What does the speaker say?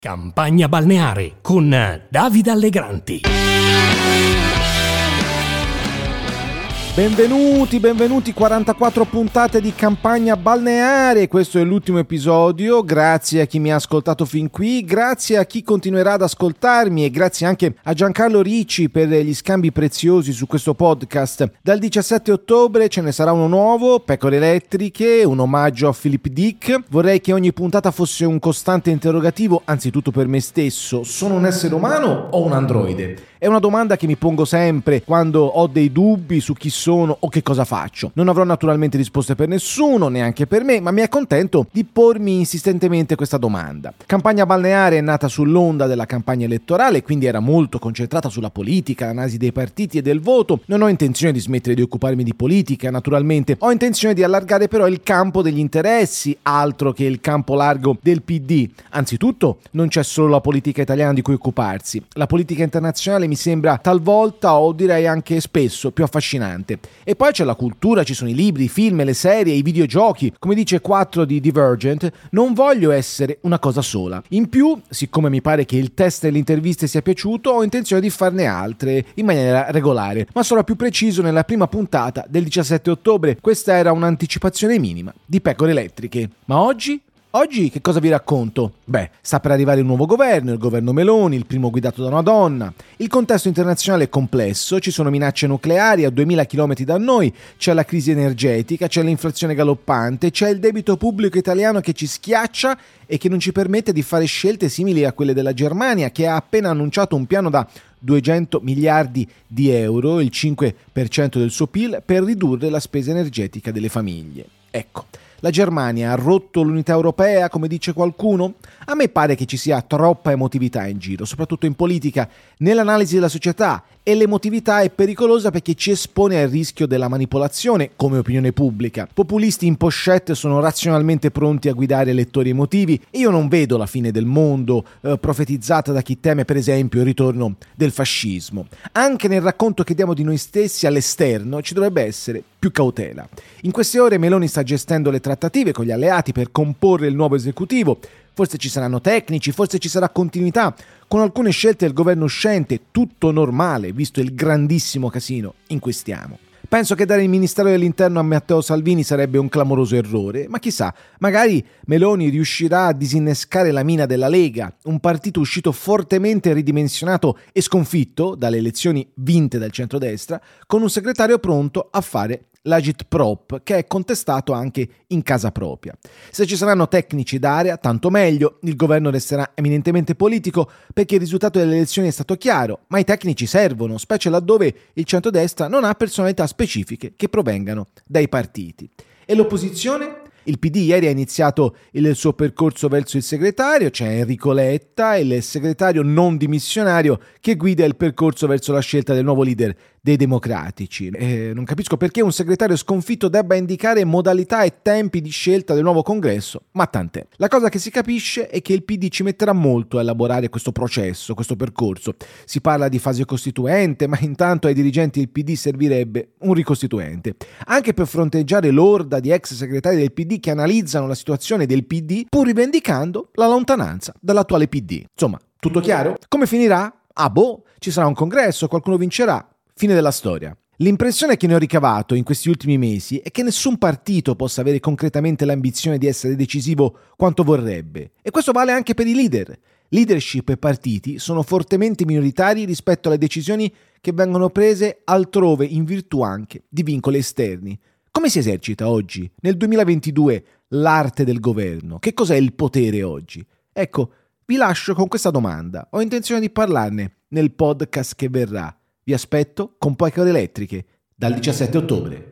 Campagna balneare con Davide Allegranti. Benvenuti, 44 puntate di Campagna balneare, questo è l'ultimo episodio, grazie a chi mi ha ascoltato fin qui, grazie a chi continuerà ad ascoltarmi e grazie anche a Giancarlo Ricci per gli scambi preziosi su questo podcast. Dal 17 ottobre ce ne sarà uno nuovo, Pecore Elettriche, un omaggio a Philip Dick. Vorrei che ogni puntata fosse un costante interrogativo, anzitutto per me stesso: sono un essere umano o un androide? È una domanda che mi pongo sempre quando ho dei dubbi su chi sono o che cosa faccio. Non avrò naturalmente risposte per nessuno, neanche per me, ma mi accontento di pormi insistentemente questa domanda. Campagna balneare è nata sull'onda della campagna elettorale, quindi era molto concentrata sulla politica, l'analisi dei partiti e del voto. Non ho intenzione di smettere di occuparmi di politica, naturalmente. Ho intenzione di allargare però il campo degli interessi, altro che il campo largo del PD. Anzitutto, non c'è solo la politica italiana di cui occuparsi. La politica internazionale mi sembra talvolta, o direi anche spesso, più affascinante. E poi c'è la cultura, ci sono i libri, i film, le serie, i videogiochi. Come dice 4 di Divergent, non voglio essere una cosa sola. In più, siccome mi pare che il test delle interviste sia piaciuto, ho intenzione di farne altre in maniera regolare, ma sarò più preciso nella prima puntata del 17 ottobre. Questa era un'anticipazione minima di Pecore Elettriche. Ma oggi che cosa vi racconto? Sta per arrivare un nuovo governo, il governo Meloni, il primo guidato da una donna. Il contesto internazionale è complesso, ci sono minacce nucleari a 2000 km da noi, c'è la crisi energetica, c'è l'inflazione galoppante, c'è il debito pubblico italiano che ci schiaccia e che non ci permette di fare scelte simili a quelle della Germania, che ha appena annunciato un piano da 200 miliardi di euro, il 5% del suo PIL, per ridurre la spesa energetica delle famiglie. Ecco. La Germania ha rotto l'unità europea, come dice qualcuno? A me pare che ci sia troppa emotività in giro, soprattutto in politica, nell'analisi della società, e l'emotività è pericolosa perché ci espone al rischio della manipolazione come opinione pubblica. Populisti in pochette sono razionalmente pronti a guidare elettori emotivi e io non vedo la fine del mondo profetizzata da chi teme per esempio il ritorno del fascismo. Anche nel racconto che diamo di noi stessi all'esterno ci dovrebbe essere più cautela. In queste ore Meloni sta gestendo le trattative con gli alleati per comporre il nuovo esecutivo. Forse ci saranno tecnici, forse ci sarà continuità con alcune scelte del governo uscente, tutto normale visto il grandissimo casino in cui stiamo. Penso che dare il Ministero dell'Interno a Matteo Salvini sarebbe un clamoroso errore, ma chissà, magari Meloni riuscirà a disinnescare la mina della Lega, un partito uscito fortemente ridimensionato e sconfitto dalle elezioni vinte dal centrodestra, con un segretario pronto a fare l'agitprop, che è contestato anche in casa propria. Se ci saranno tecnici d'area, tanto meglio, il governo resterà eminentemente politico perché il risultato delle elezioni è stato chiaro, ma i tecnici servono, specie laddove il centrodestra non ha personalità specifiche che provengano dai partiti. E l'opposizione? Il PD ieri ha iniziato il suo percorso verso il segretario, c'è Enrico Letta, il segretario non dimissionario che guida il percorso verso la scelta del nuovo leader dei democratici. Non capisco perché un segretario sconfitto debba indicare modalità e tempi di scelta del nuovo congresso, ma tant'è. La cosa che si capisce è che il PD ci metterà molto a elaborare questo processo, questo percorso. Si parla di fase costituente, ma intanto ai dirigenti del PD servirebbe un ricostituente, anche per fronteggiare l'orda di ex segretari del PD che analizzano la situazione del PD pur rivendicando la lontananza dall'attuale PD. Insomma, tutto chiaro? Come finirà? Ci sarà un congresso, qualcuno vincerà. Fine della storia. L'impressione che ne ho ricavato in questi ultimi mesi è che nessun partito possa avere concretamente l'ambizione di essere decisivo quanto vorrebbe. E questo vale anche per i leader. Leadership e partiti sono fortemente minoritari rispetto alle decisioni che vengono prese altrove in virtù anche di vincoli esterni. Come si esercita oggi, nel 2022, l'arte del governo? Che cos'è il potere oggi? Ecco, vi lascio con questa domanda. Ho intenzione di parlarne nel podcast che verrà. Vi aspetto con Pecore Elettriche dal 17 ottobre.